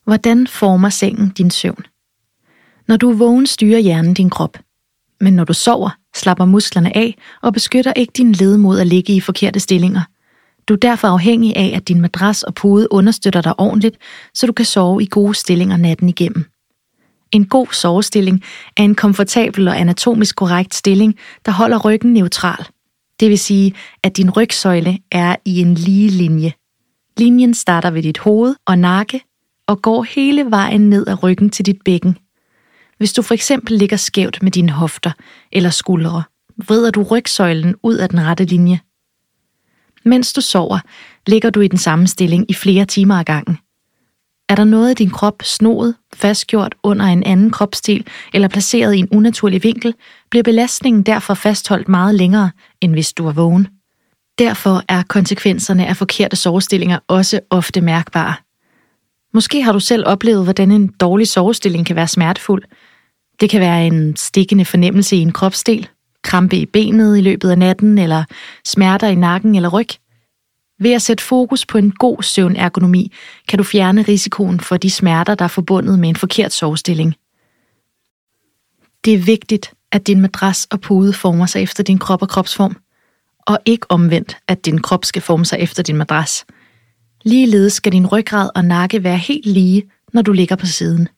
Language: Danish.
Hvordan former sengen din søvn? Når du er vågen, styrer hjernen din krop. Men når du sover, slapper musklerne af og beskytter ikke din led mod at ligge i forkerte stillinger. Du er derfor afhængig af, at din madras og pude understøtter dig ordentligt, så du kan sove i gode stillinger natten igennem. En god sovestilling er en komfortabel og anatomisk korrekt stilling, der holder ryggen neutral. Det vil sige, at din rygsøjle er i en lige linje. Linjen starter ved dit hoved og nakke og går hele vejen ned ad ryggen til dit bækken. Hvis du for eksempel ligger skævt med dine hofter eller skuldre, vrider du rygsøjlen ud af den rette linje. Mens du sover, ligger du i den samme stilling i flere timer ad gangen. Er der noget i din krop snoet, fastgjort under en anden kropsdel eller placeret i en unaturlig vinkel, bliver belastningen derfor fastholdt meget længere, end hvis du er vågen. Derfor er konsekvenserne af forkerte sovestillinger også ofte mærkbare. Måske har du selv oplevet, hvordan en dårlig sovestilling kan være smertefuld. Det kan være en stikkende fornemmelse i en kropsdel, krampe i benet i løbet af natten eller smerter i nakken eller ryg. Ved at sætte fokus på en god søvnergonomi, kan du fjerne risikoen for de smerter, der er forbundet med en forkert sovestilling. Det er vigtigt, at din madras og pude former sig efter din krop og kropsform, og ikke omvendt, at din krop skal forme sig efter din madras. Ligeledes skal din ryggrad og nakke være helt lige, når du ligger på siden.